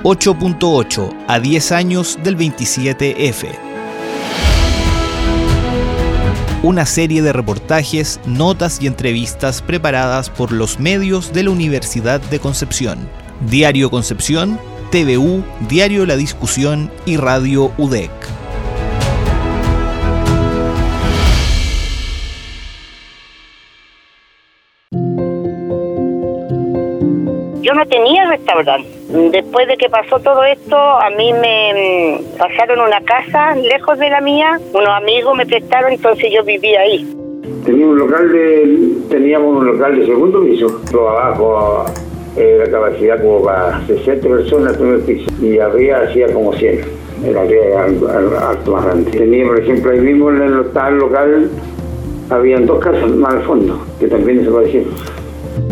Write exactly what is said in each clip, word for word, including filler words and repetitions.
ocho punto ocho a diez años del veintisiete efe. Una serie de reportajes, notas y entrevistas preparadas por los medios de la Universidad de Concepción. Diario Concepción, T V U, Diario La Discusión y Radio U D E C. Yo no tenía restaurante. Después de que pasó todo esto, a mí me pasaron una casa lejos de la mía. Unos amigos me prestaron, entonces yo vivía ahí. Teníamos un local de, teníamos un local de segundo piso. Lo abajo, eh, la capacidad como para sesenta personas en el piso. Y arriba hacía como cien. Era arriba alto más grande. Tenía, por ejemplo, ahí mismo en el local, local habían dos casas más al fondo, que también desaparecieron.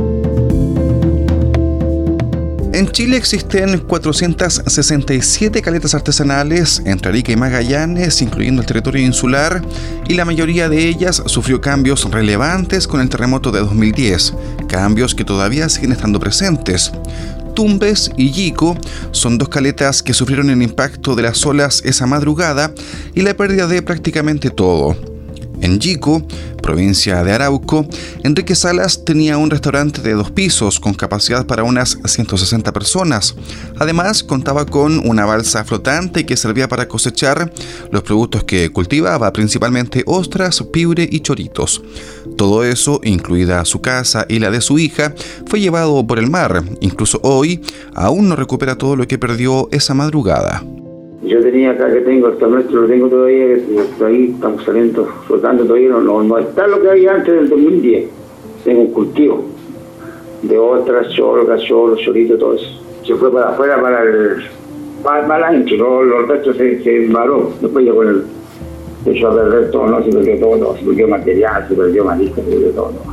En Chile existen cuatrocientas sesenta y siete caletas artesanales entre Arica y Magallanes, incluyendo el territorio insular, y la mayoría de ellas sufrió cambios relevantes con el terremoto de dos mil diez, cambios que todavía siguen estando presentes. Tumbes y Yico son dos caletas que sufrieron el impacto de las olas esa madrugada y la pérdida de prácticamente todo. En Yico, provincia de Arauco, Enrique Salas tenía un restaurante de dos pisos con capacidad para unas ciento sesenta personas. Además, contaba con una balsa flotante que servía para cosechar los productos que cultivaba, principalmente ostras, piure y choritos. Todo eso, incluida su casa y la de su hija, fue llevado por el mar. Incluso hoy, aún no recupera todo lo que perdió esa madrugada. Yo tenía acá que tengo, hasta nuestro lo tengo todavía, ahí estamos saliendo, flotando todavía, no, no, no está lo que había antes del dos mil diez. Tengo un cultivo de ostras, cholo, cacholo, chorito, todo eso. Se fue para afuera, para el, para, para el ancho, los, los restos se, se embaró. Después ya con el, se echó a perder todo, no, se perdió todo, todo, se perdió material, se perdió marisco, se perdió todo, todo.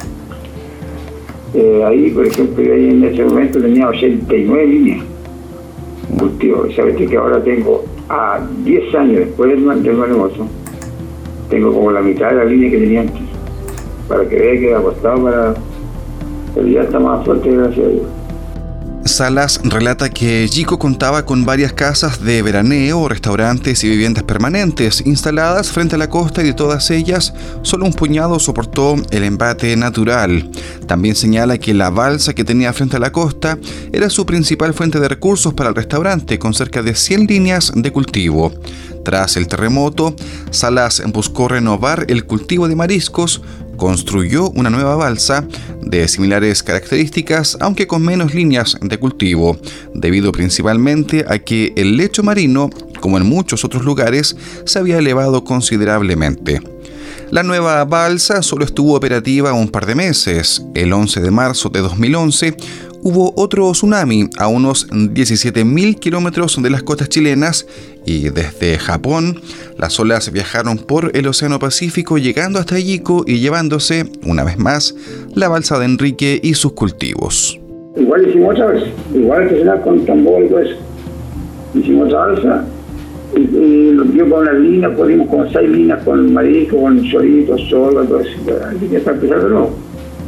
Eh, ahí, por ejemplo, ahí en ese momento tenía ochenta y nueve líneas. Un cultivo, sabes que ahora tengo a diez años después del maremoto, tengo como la mitad de la línea que tenía antes, para que vea que ha costado para, pero ya está más fuerte, gracias a Dios. Salas relata que Yico contaba con varias casas de veraneo, restaurantes y viviendas permanentes instaladas frente a la costa, y de todas ellas solo un puñado soportó el embate natural. También señala que la balsa que tenía frente a la costa era su principal fuente de recursos para el restaurante, con cerca de cien líneas de cultivo. Tras el terremoto, Salas buscó renovar el cultivo de mariscos, construyó una nueva balsa de similares características, aunque con menos líneas de cultivo, debido principalmente a que el lecho marino, como en muchos otros lugares, se había elevado considerablemente. La nueva balsa solo estuvo operativa un par de meses. El once de marzo de dos mil once hubo otro tsunami a unos diecisiete mil kilómetros de las costas chilenas, y desde Japón las olas viajaron por el Océano Pacífico, llegando hasta Yico y llevándose, una vez más, la balsa de Enrique y sus cultivos. Igual hicimos otra vez, igual que se da con tambor y todo eso. Hicimos otra balsa y, y lo dio con una línea, pudimos con seis líneas, con marisco, con choritos, solo, todo eso. Así que está empezando de nuevo.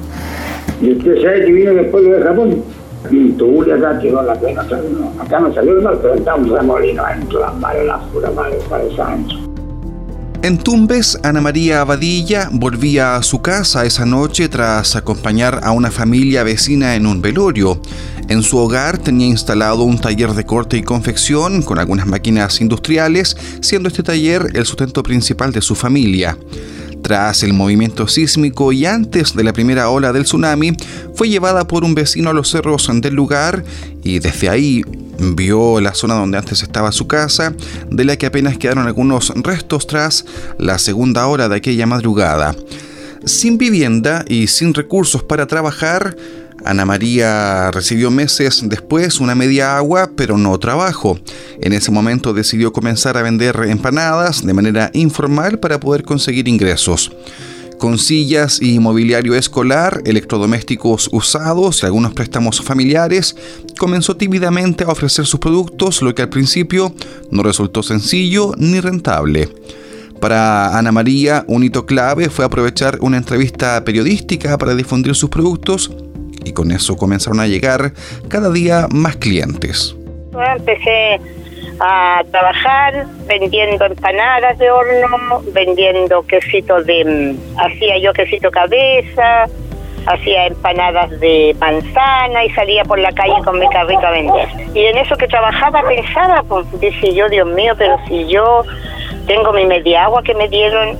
Y usted sabe que vino después de Japón. Y Tuli acá quedó la pena, no, acá no salió el mar, pero estábamos remolinos adentro, las mares, las puras mares, para el Sancho. En Tumbes, Ana María Abadilla volvía a su casa esa noche tras acompañar a una familia vecina en un velorio. En su hogar tenía instalado un taller de corte y confección con algunas máquinas industriales, siendo este taller el sustento principal de su familia. Tras el movimiento sísmico y antes de la primera ola del tsunami, fue llevada por un vecino a los cerros del lugar y desde ahí vio la zona donde antes estaba su casa, de la que apenas quedaron algunos restos tras la segunda hora de aquella madrugada. Sin vivienda y sin recursos para trabajar, Ana María recibió meses después una media agua, pero no trabajo. En ese momento decidió comenzar a vender empanadas de manera informal para poder conseguir ingresos. Con sillas y mobiliario escolar, electrodomésticos usados y algunos préstamos familiares, comenzó tímidamente a ofrecer sus productos, lo que al principio no resultó sencillo ni rentable. Para Ana María, un hito clave fue aprovechar una entrevista periodística para difundir sus productos, y con eso comenzaron a llegar cada día más clientes. Empecé a trabajar vendiendo empanadas de horno, vendiendo quesito de... Hacía yo quesito cabeza, hacía empanadas de manzana y salía por la calle con mi carrito a vender. Y en eso que trabajaba pensaba, pues, dije yo, Dios mío, pero si yo tengo mi media agua que me dieron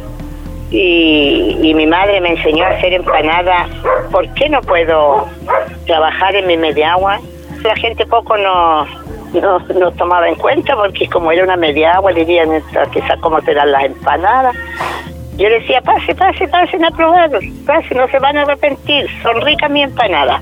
y, y mi madre me enseñó a hacer empanadas, ¿por qué no puedo trabajar en mi media agua? La gente poco no, no, no tomaba en cuenta porque como era una media agua, dirían quizás cómo serán las empanadas. Yo decía, pase, pase, pasen a probar, pase, no se van a arrepentir, son ricas mis empanadas.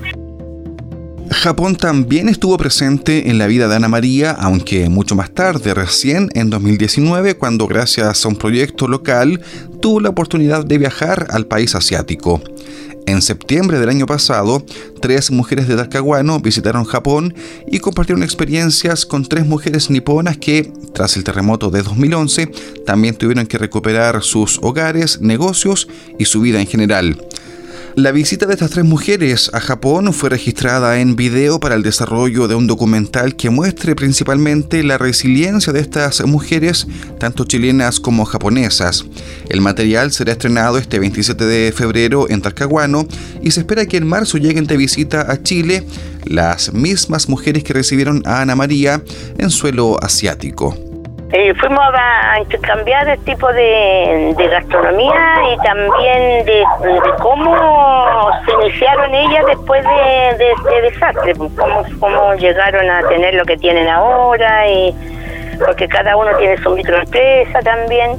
Japón también estuvo presente en la vida de Ana María, aunque mucho más tarde, recién en dos mil diecinueve, cuando gracias a un proyecto local tuvo la oportunidad de viajar al país asiático. En septiembre del año pasado, tres mujeres de Talcahuano visitaron Japón y compartieron experiencias con tres mujeres niponas que, tras el terremoto de dos mil once, también tuvieron que recuperar sus hogares, negocios y su vida en general. La visita de estas tres mujeres a Japón fue registrada en video para el desarrollo de un documental que muestre principalmente la resiliencia de estas mujeres, tanto chilenas como japonesas. El material será estrenado este veintisiete de febrero en Talcahuano y se espera que en marzo lleguen de visita a Chile las mismas mujeres que recibieron a Ana María en suelo asiático. Eh, fuimos a intercambiar el tipo de, de gastronomía y también de, de cómo se iniciaron ellas después de, de este desastre, cómo, cómo llegaron a tener lo que tienen ahora, y porque cada uno tiene su microempresa también,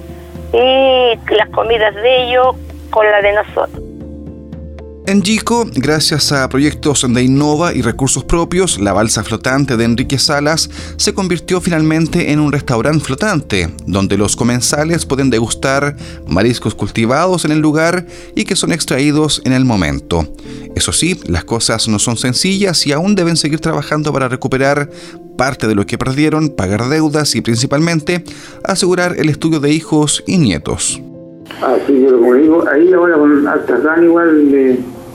y las comidas de ellos con la de nosotros. En Yico, gracias a proyectos de Innova y recursos propios, la balsa flotante de Enrique Salas se convirtió finalmente en un restaurante flotante, donde los comensales pueden degustar mariscos cultivados en el lugar y que son extraídos en el momento. Eso sí, las cosas no son sencillas y aún deben seguir trabajando para recuperar parte de lo que perdieron, pagar deudas y principalmente asegurar el estudio de hijos y nietos. Ah, sí, yo como digo, ahí ahora con Altazán igual de,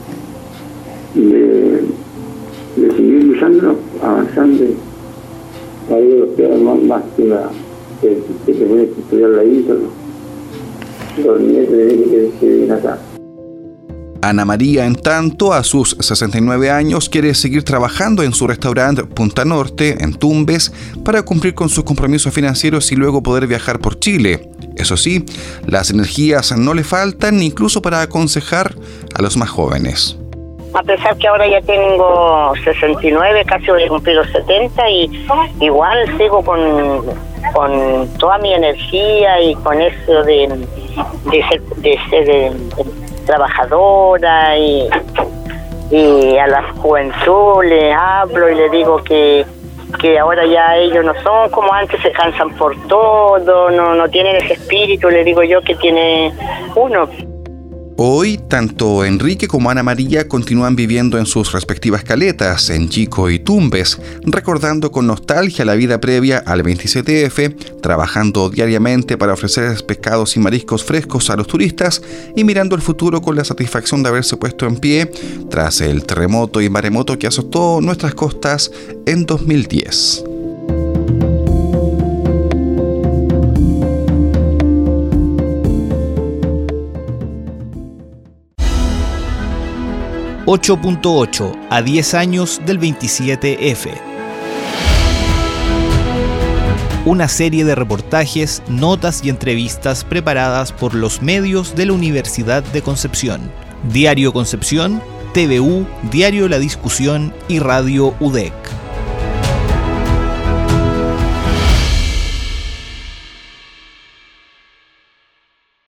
de, de seguir luchando, avanzando, ahí los quedan más, más que la que, que se puede estudiar la hija, los nietos que, que vienen acá. Ana María, en tanto, a sus sesenta y nueve años, quiere seguir trabajando en su restaurante Punta Norte, en Tumbes, para cumplir con sus compromisos financieros y luego poder viajar por Chile. Eso sí, las energías no le faltan, incluso para aconsejar a los más jóvenes. A pesar que ahora ya tengo sesenta y nueve, casi voy a cumplir los setenta, y igual sigo con, con toda mi energía y con eso de, de ser, de ser de, de trabajadora, y, y a la juventud le hablo y le digo que que ahora ya ellos no son como antes, se cansan por todo, no, no tienen ese espíritu, le digo yo, que tiene uno. Hoy, tanto Enrique como Ana María continúan viviendo en sus respectivas caletas, en Yico y Tumbes, recordando con nostalgia la vida previa al veintisiete efe, trabajando diariamente para ofrecer pescados y mariscos frescos a los turistas y mirando el futuro con la satisfacción de haberse puesto en pie tras el terremoto y maremoto que azotó nuestras costas en dos mil diez. ocho punto ocho a diez años del veintisiete efe. Una serie de reportajes, notas y entrevistas preparadas por los medios de la Universidad de Concepción. Diario Concepción, T V U, Diario La Discusión y Radio U D E C.